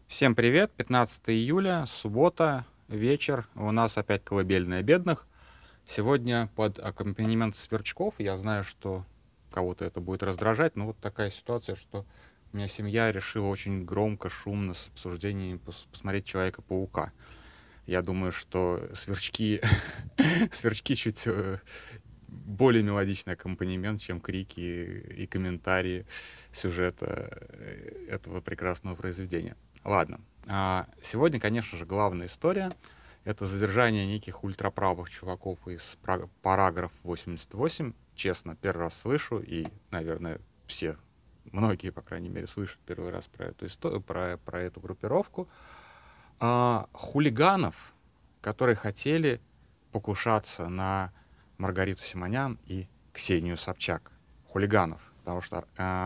Всем привет! 15 июля, суббота, вечер. У нас опять колыбельная бедных. Сегодня под аккомпанемент сверчков. Я знаю, что кого-то это будет раздражать, но вот такая ситуация, что у меня семья решила очень громко, шумно с обсуждением посмотреть Человека-паука. Я думаю, что сверчки, сверчки чуть более мелодичный аккомпанемент, чем крики и комментарии сюжета этого прекрасного произведения. Ладно. Сегодня, конечно же, главная история — это задержание неких ультраправых чуваков из параграф 88. Честно, первый раз слышу, и, наверное, все, многие, по крайней мере, слышат первый раз про эту историю, про эту группировку. Хулиганов, которые хотели покушаться на Маргариту Симонян и Ксению Собчак. Хулиганов. Потому что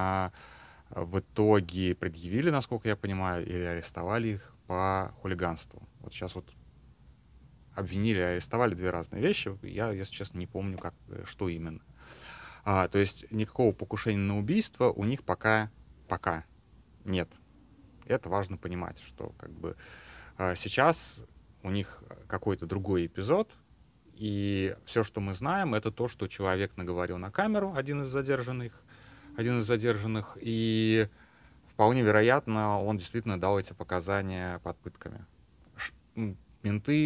в итоге предъявили, насколько я понимаю, или арестовали их по хулиганству. Вот сейчас вот обвинили, арестовали — две разные вещи. Я, если честно, не помню, что именно. То есть никакого покушения на убийство у них пока нет. Это важно понимать, что как бы сейчас у них какой-то другой эпизод, и все, что мы знаем, это то, что человек наговорил на камеру, один из задержанных, и вполне вероятно, он действительно дал эти показания под пытками. Менты,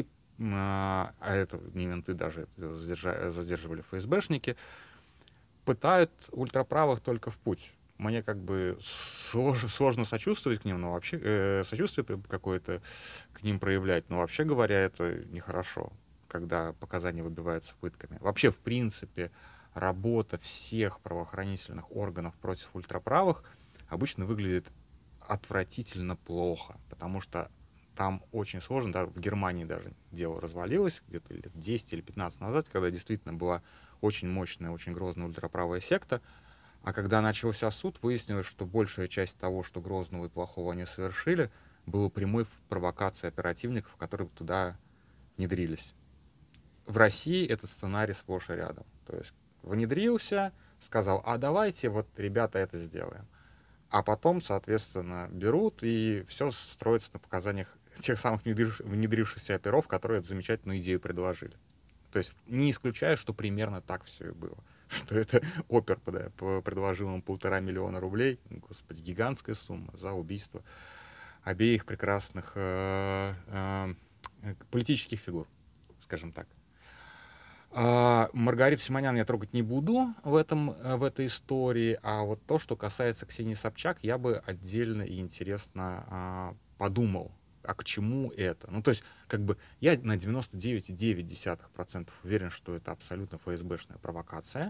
это не менты даже, это задерживали ФСБшники, пытают ультраправых только в путь. Мне как бы сложно сочувствовать к ним, но вообще сочувствие какое-то к ним проявлять, но вообще говоря, это нехорошо, когда показания выбиваются пытками. Вообще, в принципе, работа всех правоохранительных органов против ультраправых обычно выглядит отвратительно плохо, потому что там очень сложно. Даже в Германии даже дело развалилось где-то лет 10 или 15 назад, когда действительно была очень мощная, очень грозная ультраправая секта. А когда начался суд, выяснилось, что большая часть того, что грозного и плохого они совершили, было прямой провокацией оперативников, которые туда внедрились. В России этот сценарий сплошь и рядом. То есть внедрился, сказал: а давайте вот, ребята, это сделаем. А потом, соответственно, берут, и все строится на показаниях тех самых внедрившихся оперов, которые эту замечательную идею предложили. То есть не исключаю, что примерно так все и было. Что это опер предложил ему 1,5 миллиона рублей, господи, гигантская сумма за убийство обеих прекрасных политических фигур, скажем так. Маргариту Симонян я трогать не буду в этой истории, а вот то, что касается Ксении Собчак, я бы отдельно и интересно подумал, а к чему это. Ну, то есть, как бы, я на 99,9% уверен, что это абсолютно ФСБшная провокация,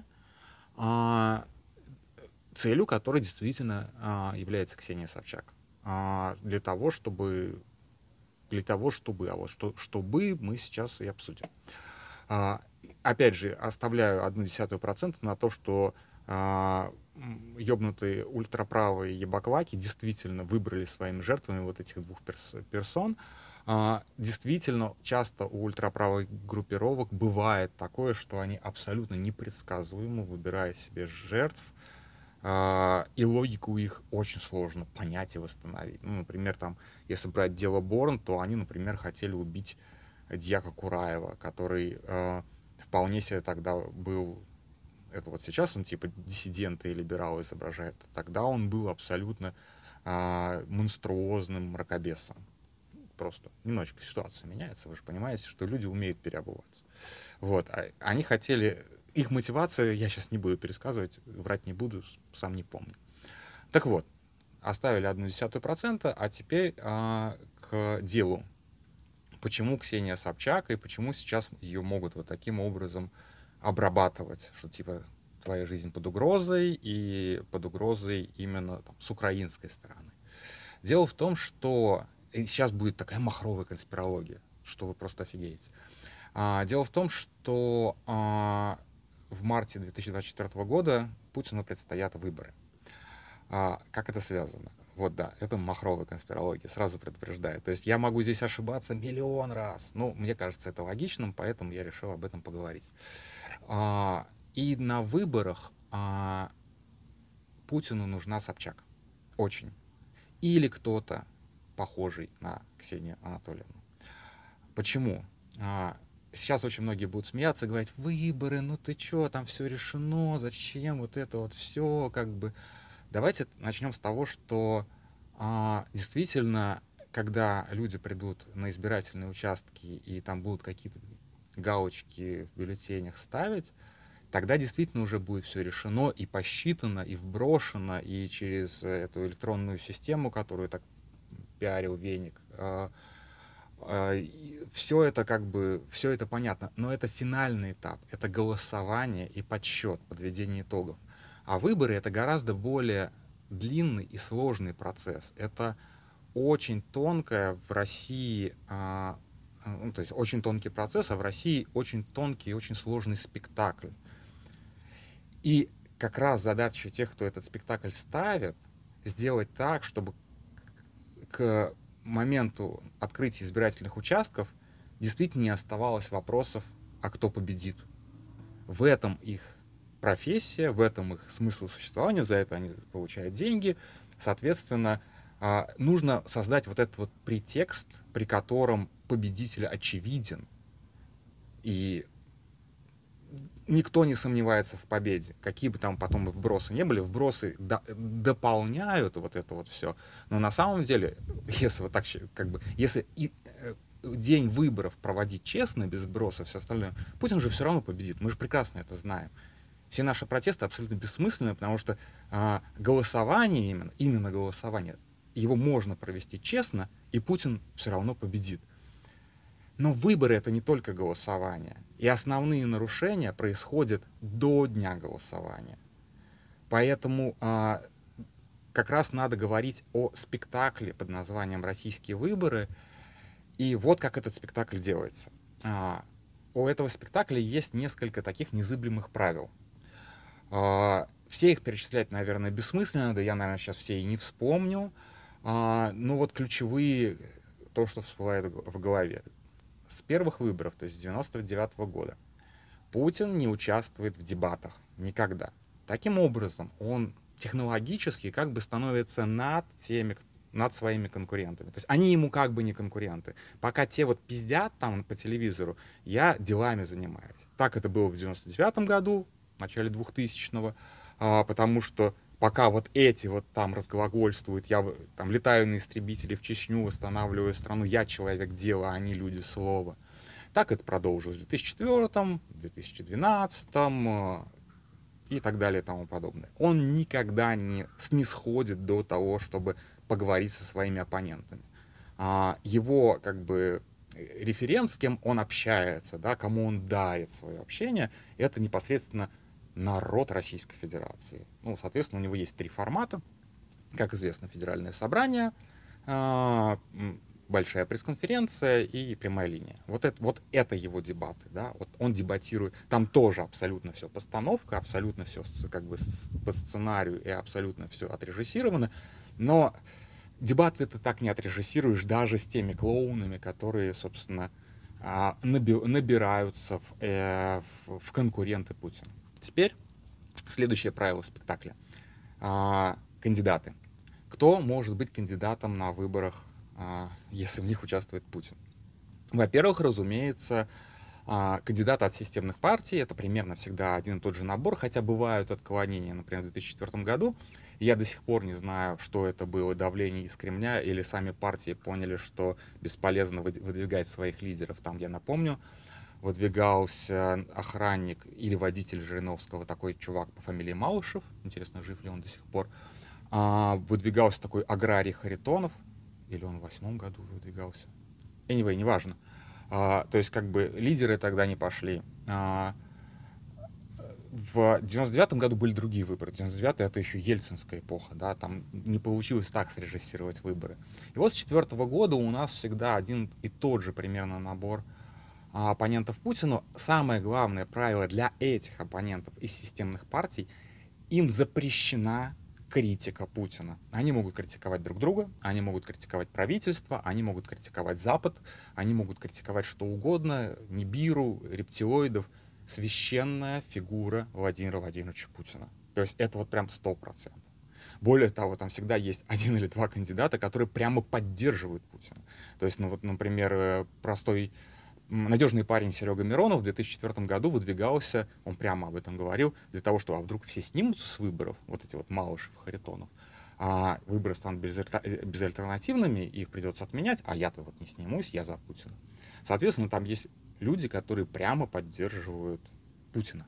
целью которой действительно является Ксения Собчак. Для того, чтобы, чтобы мы сейчас и обсудим. Опять же, оставляю 0,1% на то, что ёбнутые ультраправые ебакваки действительно выбрали своими жертвами вот этих двух персон. Действительно, часто у ультраправых группировок бывает такое, что они абсолютно непредсказуемо выбирают себе жертв, и логику их очень сложно понять и восстановить. Ну, например, там, если брать дело Борн, то они, например, хотели убить дьяка Кураева, который вполне себе тогда был, это вот сейчас он типа диссидента и либерала изображает, тогда он был абсолютно монструозным мракобесом. Просто немножечко ситуация меняется, вы же понимаете, что люди умеют переобуваться. Вот, они хотели, их мотивация, я сейчас не буду пересказывать, врать не буду, сам не помню. Так вот, оставили 0,1%, а теперь к делу. Почему Ксения Собчак и почему сейчас ее могут вот таким образом обрабатывать, что типа твоя жизнь под угрозой, и под угрозой именно там, с украинской стороны. Дело в том, что сейчас будет такая махровая конспирология, что вы просто офигеете. Дело в том, что в марте 2024 года Путину предстоят выборы. Как это связано? Вот да, это махровая конспирология, сразу предупреждаю. То есть я могу здесь ошибаться миллион раз, но мне кажется это логичным, поэтому я решил об этом поговорить. И на выборах Путину нужна Собчак. Очень. Или кто-то похожей на Ксению Анатольевну. Почему? Сейчас очень многие будут смеяться, говорить: выборы, ну ты чё, там все решено, зачем вот это вот все, как бы. Давайте начнем с того, что действительно, когда люди придут на избирательные участки и там будут какие-то галочки в бюллетенях ставить, тогда действительно уже будет все решено и посчитано, и вброшено, и через эту электронную систему, которую так пиарил Веник, все это как бы, все это понятно, но это финальный этап, это голосование и подсчет, подведение итогов. А выборы — это гораздо более длинный и сложный процесс. Это очень тонкая в России, ну, то есть очень тонкий процесс, а в России очень тонкий и очень сложный спектакль. И как раз задача тех, кто этот спектакль ставит, сделать так, чтобы к моменту открытия избирательных участков действительно не оставалось вопросов, а кто победит. В этом их профессия, в этом их смысл существования, за это они получают деньги. Соответственно, нужно создать вот этот вот претекст, при котором победитель очевиден, и никто не сомневается в победе. Какие бы там потом и вбросы не были, вбросы дополняют вот это вот все. Но на самом деле, если вот так, как бы, если день выборов проводить честно, без вбросов, все остальное, Путин же все равно победит. Мы же прекрасно это знаем. Все наши протесты абсолютно бессмысленны, потому что голосование, именно голосование, его можно провести честно, и Путин все равно победит. Но выборы — это не только голосование. И основные нарушения происходят до дня голосования. Поэтому как раз надо говорить о спектакле под названием «Российские выборы». И вот как этот спектакль делается. У этого спектакля есть несколько таких незыблемых правил. Все их перечислять, наверное, бессмысленно, да я, наверное, сейчас все и не вспомню. Ну вот ключевые, то, что всплывает в голове. С первых выборов, то есть с 1999 года, Путин не участвует в дебатах никогда. Таким образом, он технологически как бы становится над своими конкурентами. То есть они ему как бы не конкуренты. Пока те вот пиздят там по телевизору, я делами занимаюсь. Так это было в 99 году, в начале 2000-го, потому что пока вот эти вот там разглагольствуют, я там летаю на истребителе в Чечню, восстанавливаю страну, я человек дела, а они люди слова. Так это продолжилось в 2004, 2012 и так далее и тому подобное. Он никогда не снисходит до того, чтобы поговорить со своими оппонентами. Его как бы референт, с кем он общается, да, кому он дарит свое общение, это непосредственно народ Российской Федерации. Ну, соответственно, у него есть 3 формата. Как известно, федеральное собрание, большая пресс-конференция и прямая линия. Вот это его дебаты, да, вот он дебатирует, там тоже абсолютно все постановка, абсолютно все как бы по сценарию и абсолютно все отрежиссировано, но дебаты ты так не отрежиссируешь даже с теми клоунами, которые, собственно, набираются в конкуренты Путина. Теперь следующее правило спектакля. Кандидаты. Кто может быть кандидатом на выборах, если в них участвует Путин? Во-первых, разумеется, кандидаты от системных партий. Это примерно всегда один и тот же набор, хотя бывают отклонения. Например, в 2004 году я до сих пор не знаю, что это было, давление из Кремля, или сами партии поняли, что бесполезно выдвигать своих лидеров. Там, я напомню, выдвигался охранник или водитель Жириновского, такой чувак по фамилии Малышев, интересно, жив ли он до сих пор, выдвигался такой аграрий Харитонов, или он в 2008 году выдвигался, anyway, неважно. То есть как бы лидеры тогда не пошли. В 99-м году были другие выборы. 99-й — это еще ельцинская эпоха, да, там не получилось так срежиссировать выборы. И вот с 2004 года у нас всегда один и тот же примерно набор оппонентов Путину. Самое главное правило для этих оппонентов из системных партий: им запрещена критика Путина. Они могут критиковать друг друга, они могут критиковать правительство, они могут критиковать Запад, они могут критиковать что угодно, Нибиру, рептилоидов. Священная фигура Владимира Владимировича Путина. То есть это вот прям 100%. Более того, там всегда есть один или два кандидата, которые прямо поддерживают Путина. То есть, ну вот, например, надежный парень Серега Миронов в 2004 году выдвигался, он прямо об этом говорил, для того, чтобы вдруг все снимутся с выборов, вот эти вот Малышев, Харитонов, а выборы станут безальтернативными, их придется отменять, а я-то вот не снимусь, я за Путина. Соответственно, там есть люди, которые прямо поддерживают Путина.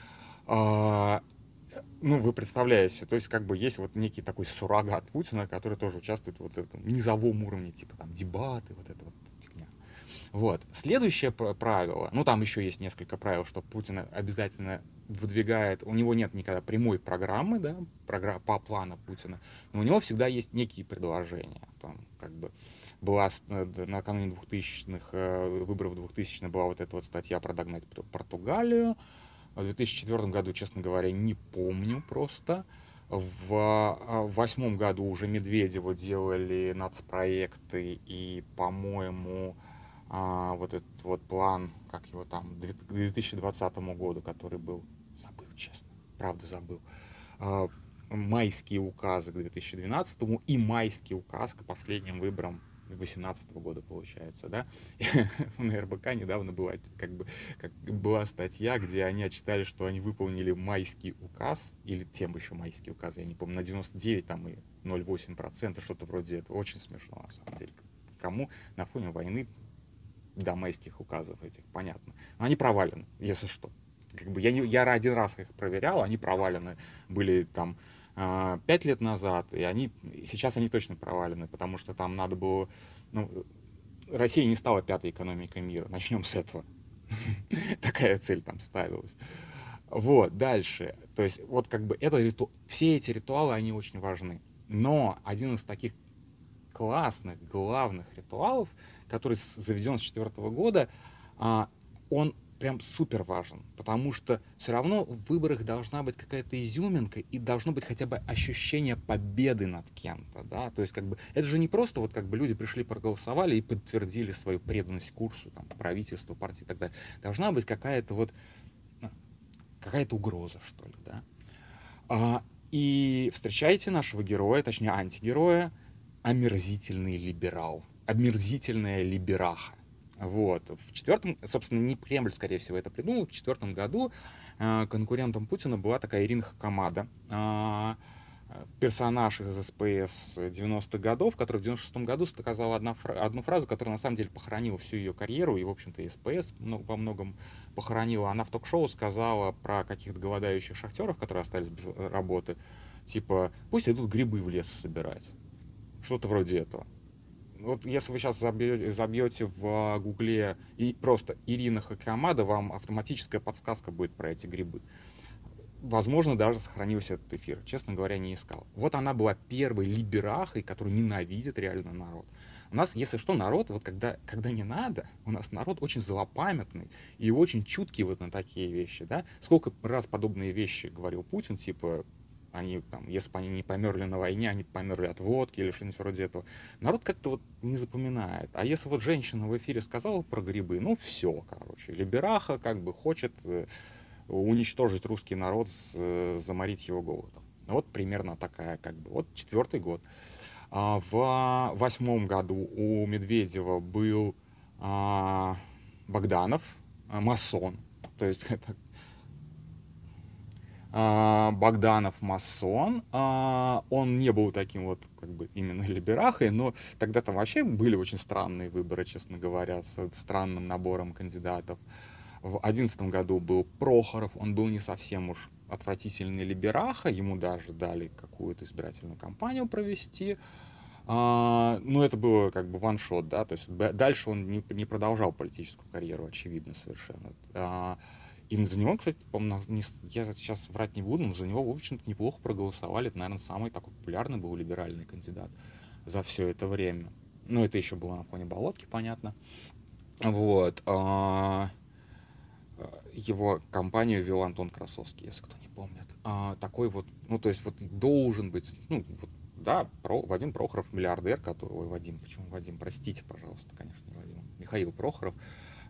А, ну, вы представляете, то есть как бы есть вот некий такой суррогат Путина, который тоже участвует вот в этом низовом уровне, типа там дебаты, вот это вот фигня. Вот. Следующее правило, ну там еще есть несколько правил, что Путин обязательно выдвигает, у него нет никогда прямой программы, да, по плану Путина, но у него всегда есть некие предложения. Там, как бы, была накануне 2000-х, выборов 2000-х была вот эта вот статья про догнать Португалию. В 2004 году, честно говоря, не помню просто. В 2008 году уже Медведеву делали нацпроекты, и, по-моему, вот этот вот план, как его там, к 2020 году, который был, забыл, честно, правда забыл, майские указы к 2012 и майский указ к последним выборам 2018 года, получается, да. На РБК недавно была, была статья, где они отчитали, что они выполнили майский указ, или тем еще майский указ, я не помню, на 99 там и 0,8%, что-то вроде этого. Очень смешно, на самом деле. Кому на фоне войны до майских указов этих, понятно. Но они провалены, если что. Как бы я один раз их проверял, они провалены были там 5 лет назад, и сейчас они точно провалены, потому что там надо было... Ну, Россия не стала пятой экономикой мира, начнем с этого. Такая цель там ставилась. Вот, дальше. То есть вот как бы все эти ритуалы, они очень важны. Но один из таких классных, главных ритуалов, который заведен с 2004 года, он прям супер важен, потому что все равно в выборах должна быть какая-то изюминка и должно быть хотя бы ощущение победы над кем-то, да, то есть как бы это же не просто вот как бы люди пришли, проголосовали и подтвердили свою преданность курсу, там, правительству, партии и так далее. Должна быть какая-то вот, какая-то угроза, что ли, да. И встречайте нашего героя, точнее антигероя, омерзительный либерал, омерзительная либераха. Вот. В четвертом, собственно, не Кремль, скорее всего, это придумал. В 2004 году конкурентом Путина была такая Ирина Хакамада, персонаж из СПС 90-х годов, который в 96-м году сказала одну фразу, которая на самом деле похоронила всю ее карьеру, и, в общем-то, и СПС во многом похоронила. Она в ток-шоу сказала про каких-то голодающих шахтеров, которые остались без работы, типа, пусть идут грибы в лес собирать. Что-то вроде этого. Вот если вы сейчас забьете в Гугле и просто Ирина Хакамада, вам автоматическая подсказка будет про эти грибы. Возможно, даже сохранился этот эфир. Честно говоря, не искал. Вот она была первой либерахой, которая ненавидит реально народ. У нас, если что, народ, вот когда не надо, у нас народ очень злопамятный и очень чуткий вот на такие вещи, да. Сколько раз подобные вещи говорил Путин, типа, они там, если бы они не померли на войне, они померли от водки или что-нибудь вроде этого. Народ как-то вот не запоминает. А если вот женщина в эфире сказала про грибы, ну все, короче, либераха как бы хочет уничтожить русский народ, заморить его голодом. Вот примерно такая, как бы, вот 4-й год. В 2008 году у Медведева был Богданов, масон, то есть это Богданов масон, он не был таким вот как бы именно либерахой, но тогда там вообще были очень странные выборы, честно говоря, с странным набором кандидатов. В 2011 году был Прохоров, он был не совсем уж отвратительный либераха, ему даже дали какую-то избирательную кампанию провести, но это было как бы ваншот, да, то есть дальше он не продолжал политическую карьеру, очевидно, совершенно. И за него, кстати, я сейчас врать не буду, но за него, в общем-то, неплохо проголосовали. Это, наверное, самый такой популярный был либеральный кандидат за все это время. Ну, это еще было на фоне Болотки, понятно. Вот. Его компанию вел Антон Красовский, если кто не помнит. Такой вот, ну, то есть вот должен быть, ну, вот, да, Вадим Прохоров, миллиардер, который... Ой, Вадим, почему Вадим? Простите, пожалуйста, конечно, не Вадим. Михаил Прохоров.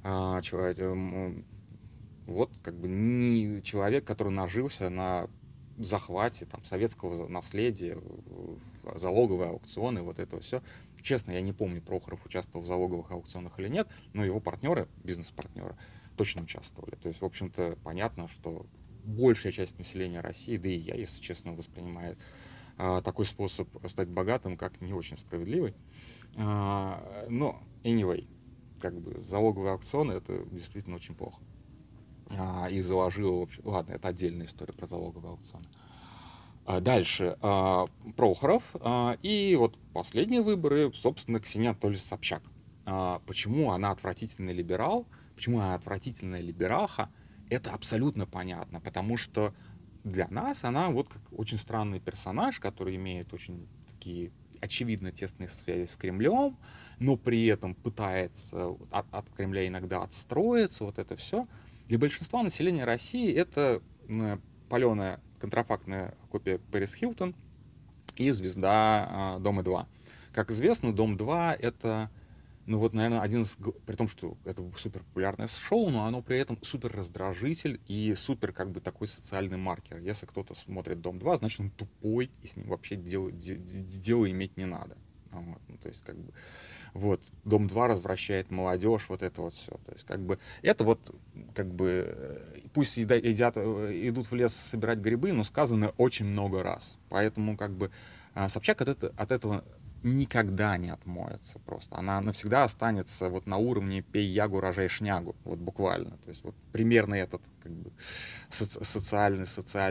Вот как бы не человек, который нажился на захвате там советского наследия, залоговые аукционы, вот это все. Честно, я не помню, Прохоров участвовал в залоговых аукционах или нет, но его партнеры, бизнес-партнеры, точно участвовали. То есть, в общем-то, понятно, что большая часть населения России, да и я, если честно, воспринимает такой способ стать богатым как не очень справедливый. Но, anyway, как бы залоговые аукционы — это действительно очень плохо. И заложило, в общем, ладно, это отдельная история про залоговые аукционы. Дальше Прохоров, и вот последние выборы, собственно, Ксения Анатольевна Собчак. Почему она отвратительный либерал, почему она отвратительная либераха, это абсолютно понятно, потому что для нас она вот как очень странный персонаж, который имеет очень такие очевидно тесные связи с Кремлем, но при этом пытается от Кремля иногда отстроиться, вот это все. Для большинства населения России это паленая контрафактная копия Пэрис Хилтон и звезда Дома-2. Как известно, Дом-2 это, ну вот, наверное, один из, при том, что это супер популярное шоу, но оно при этом супер раздражитель и супер как бы такой социальный маркер. Если кто-то смотрит Дом-2, значит он тупой, и с ним вообще дело иметь не надо. Вот, ну, то есть как бы вот, Дом-2 развращает молодежь, вот это вот все. То есть, как бы, это вот, как бы, пусть идут в лес собирать грибы, но сказано очень много раз. Поэтому, как бы, Собчак от этого никогда не отмоется просто. Она навсегда останется вот на уровне «пей ягу, рожай шнягу», вот буквально. То есть, вот примерно этот, как бы, социальный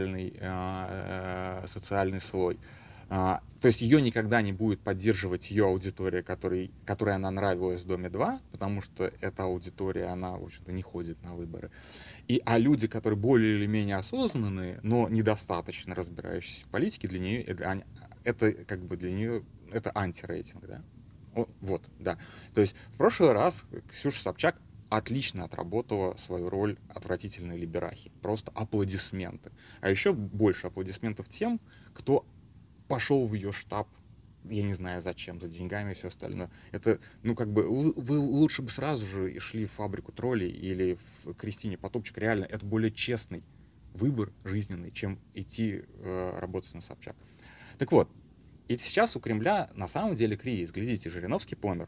слой. То есть ее никогда не будет поддерживать ее аудитория, которой она нравилась в «Доме-2», потому что эта аудитория, она, в общем-то, не ходит на выборы. А люди, которые более или менее осознанные, но недостаточно разбирающиеся в политике, для нее это как бы для нее это антирейтинг, да? Вот, да. То есть в прошлый раз Ксюша Собчак отлично отработала свою роль отвратительной либерахи. Просто аплодисменты. А еще больше аплодисментов тем, кто пошел в ее штаб, я не знаю зачем, за деньгами и все остальное. Это, ну, как бы, вы лучше бы сразу же шли в «Фабрику троллей» или в Кристине Потопчик. Реально, это более честный выбор жизненный, чем идти работать на Собчак. Так вот, и сейчас у Кремля на самом деле кризис. Глядите, Жириновский помер.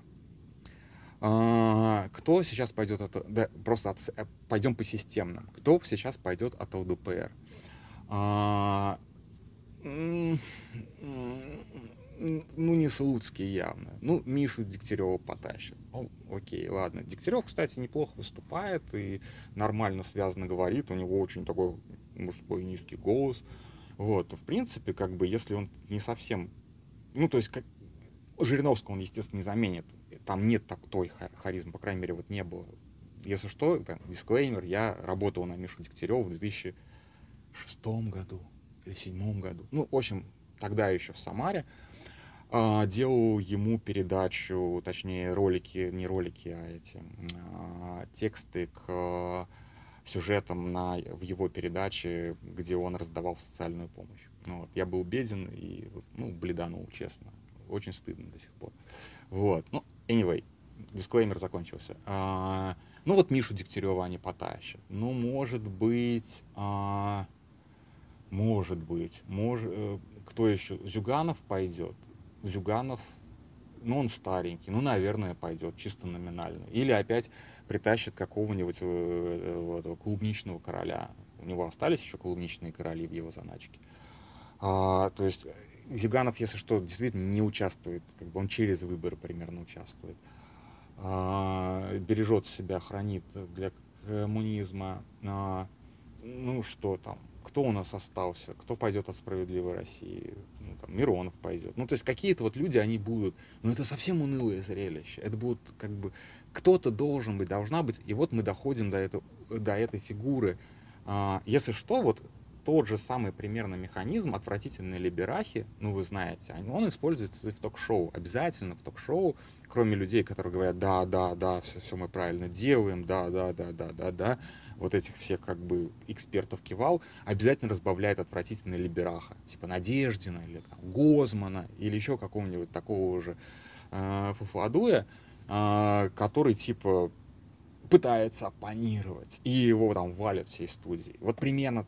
Кто сейчас пойдет от... Да, просто пойдем по системным. Кто сейчас пойдет от ЛДПР? Ну, не Слуцкий явно. Ну, Мишу Дегтярева потащит. Ну, окей, ладно. Дегтярев, кстати, неплохо выступает и нормально связано говорит. У него очень такой мужской низкий голос. Вот, в принципе, как бы, если он не совсем... Ну, то есть, как... Жириновского он, естественно, не заменит. Там нет той харизмы, по крайней мере, вот не было. Если что, там, дисклеймер, я работал на Мишу Дегтярева в 2006 году или 2007 году. Ну, в общем, тогда еще в Самаре. Делал ему передачу, точнее, ролики, не ролики, а эти тексты к сюжетам в его передаче, где он раздавал социальную помощь. Ну, вот. Я был беден и, ну, бледанул, честно. Очень стыдно до сих пор. Вот. Ну, anyway, дисклеймер закончился. Ну, вот Мишу Дегтярева они потащат. Ну, может быть, кто еще? Зюганов пойдет. Зюганов, ну, он старенький, ну, наверное, пойдет, чисто номинально. Или опять притащит какого-нибудь клубничного короля. У него остались еще клубничные короли в его заначке. То есть Зюганов, если что, действительно не участвует, как бы он через выборы примерно участвует. Бережет себя, хранит для коммунизма. Ну, что там? Кто у нас остался? Кто пойдет от «Справедливой России»? Ну, там, Миронов пойдет. Ну, то есть какие-то вот люди, они будут. Но это совсем унылое зрелище. Это будут как бы... Кто-то должен быть, должна быть. И вот мы доходим до этой фигуры. Если что, вот тот же самый примерно механизм отвратительной либерахи, ну, вы знаете, он используется в ток-шоу. Обязательно в ток-шоу, кроме людей, которые говорят, да, все мы правильно делаем, да, вот этих всех как бы экспертов кивал, обязательно разбавляет отвратительная либераха, типа Надеждина или там, Гозмана или еще какого-нибудь такого же фуфладуя, который типа пытается оппонировать, и его там валят всей студии. Вот примерно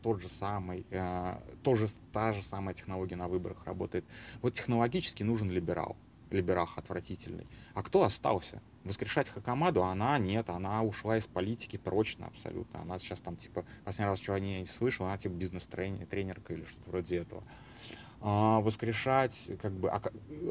та же самая технология на выборах работает. Вот технологически нужен либерал. Либерах отвратительный. А кто остался? Воскрешать Хакамаду, нет, она ушла из политики прочно абсолютно. Она сейчас там, типа, последний раз, что о ней слышал, она типа бизнес-тренерка или что-то вроде этого. Воскрешать, как бы,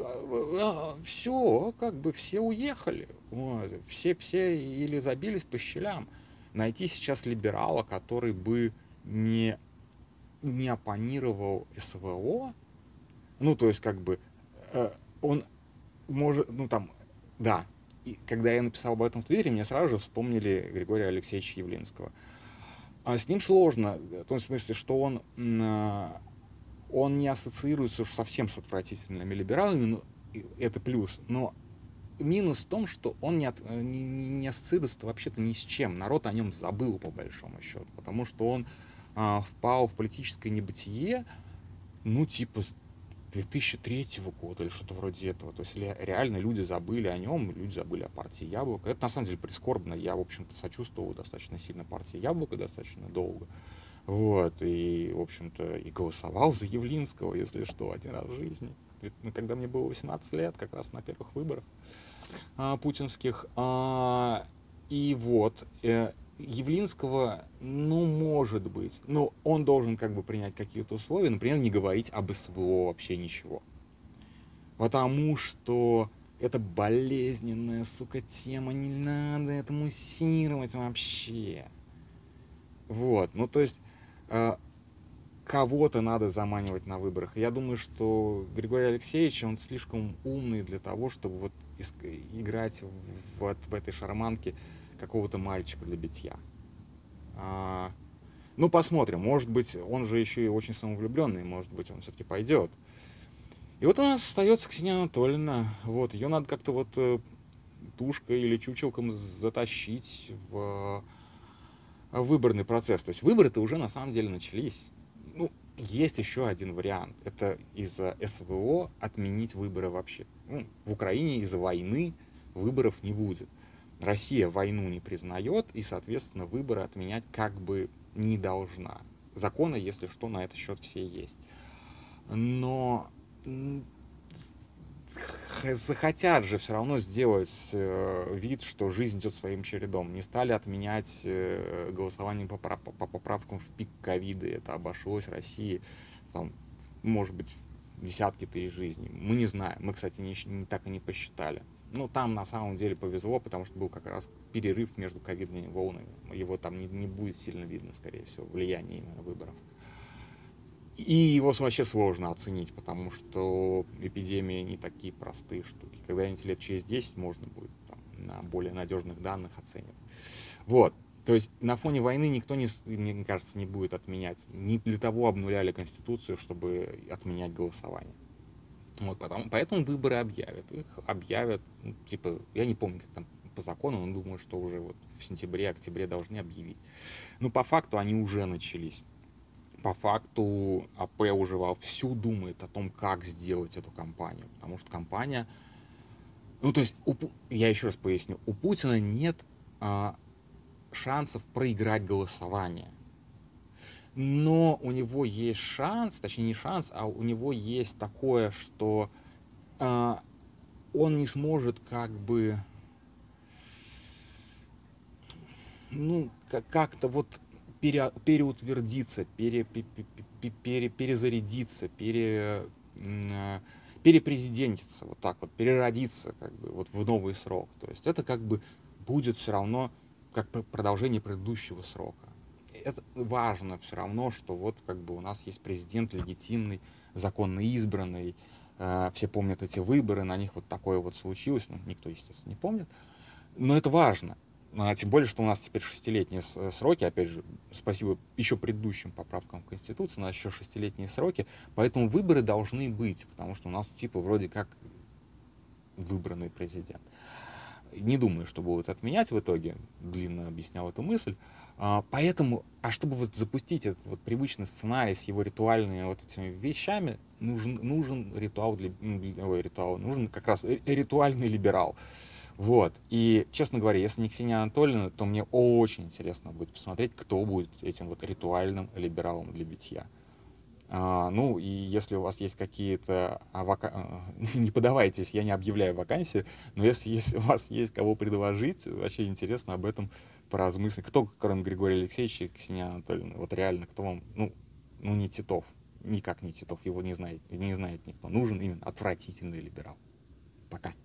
все, как бы все уехали, вот, все или забились по щелям. Найти сейчас либерала, который бы не оппонировал СВО, ну, то есть, как бы, он может, ну, там, да, и когда я написал об этом в Твиттере, мне сразу же вспомнили Григория Алексеевича Явлинского. А с ним сложно, в том смысле, что он не ассоциируется уж совсем с отвратительными либералами, но это плюс. Но минус в том, что он не ассоциируется вообще-то ни с чем. Народ о нем забыл, по большому счету, потому что он впал в политическое небытие, ну, типа, с 2003 года или что-то вроде этого. То есть реально люди забыли о нем, люди забыли о партии Яблоко. Это на самом деле прискорбно. Я, в общем-то, сочувствовал достаточно сильно партии Яблоко достаточно долго. Вот, и, в общем-то, и голосовал за Явлинского, если что, один раз в жизни. Когда мне было 18 лет, как раз на первых выборах путинских. И вот, Явлинского, ну, может быть, но он должен как бы принять какие-то условия, например, не говорить об СВО вообще ничего. Потому что это болезненная, сука, тема, не надо это муссировать вообще. Вот, ну, то есть, кого-то надо заманивать на выборах. Я думаю, что Григорий Алексеевич, он слишком умный для того, чтобы вот играть в этой шарманке какого-то мальчика для битья. Ну, посмотрим. Может быть, он же еще и очень самовлюбленный, может быть, он все-таки пойдет. И вот у нас остается Ксения Анатольевна. Вот, ее надо как-то вот тушкой или чучелком затащить в выборный процесс. То есть выборы-то уже на самом деле начались. Ну, есть еще один вариант. Это из-за СВО отменить выборы вообще. Ну, в Украине из-за войны выборов не будет. Россия войну не признает, и, соответственно, выборы отменять как бы не должна. Законы, если что, на этот счет все есть. Но захотят же все равно сделать вид, что жизнь идет своим чередом. Не стали отменять голосование по поправкам в пик ковида. Это обошлось России, там, может быть, десятки тысяч жизней. Мы не знаем. Мы, кстати, так и не посчитали. Ну, там на самом деле повезло, потому что был как раз перерыв между ковидными волнами. Его там не будет сильно видно, скорее всего, влияние именно выборов. И его вообще сложно оценить, потому что эпидемии не такие простые штуки. Когда-нибудь лет через 10 можно будет там, на более надежных данных оценивать. Вот. То есть на фоне войны никто, мне кажется, не будет отменять. Не для того обнуляли Конституцию, чтобы отменять голосование. Вот, поэтому выборы объявят. Их объявят, ну, типа, я не помню, как там по закону, но думаю, что уже вот в сентябре-октябре должны объявить. Но по факту они уже начались. По факту АП уже вовсю думает о том, как сделать эту кампанию. Потому что кампания... Ну, то есть, я еще раз поясню, у Путина нет шансов проиграть голосование. Но у него есть шанс, точнее не шанс, а у него есть такое, что он не сможет как бы, ну, как-то вот переутвердиться, перезарядиться, перепрезидентиться, вот так вот, переродиться как бы вот в новый срок. То есть это как бы будет все равно как продолжение предыдущего срока. Это важно все равно, что вот как бы у нас есть президент легитимный, законно избранный, все помнят эти выборы, на них вот такое вот случилось, ну, никто, естественно, не помнит, но это важно. Тем более, что у нас теперь 6-летние сроки, опять же, спасибо еще предыдущим поправкам в Конституции, у нас еще 6-летние сроки, поэтому выборы должны быть, потому что у нас типа вроде как выбранный президент. Не думаю, что будут отменять в итоге, длинно объяснял эту мысль. Поэтому, чтобы вот запустить этот вот привычный сценарий с его ритуальными вот этими вещами, нужен ритуал нужен как раз ритуальный либерал. Вот. И, честно говоря, если не Ксения Анатольевна, то мне очень интересно будет посмотреть, кто будет этим вот ритуальным либералом для битья. Ну, и если у вас есть какие-то... Не подавайтесь, я не объявляю вакансии, но если у вас есть кого предложить, вообще интересно об этом поразмыслить. Кто, кроме Григория Алексеевича и Ксении Анатольевны, вот реально, кто вам... Ну, не Титов. Никак не Титов, его не знает никто. Нужен именно отвратительный либерал. Пока.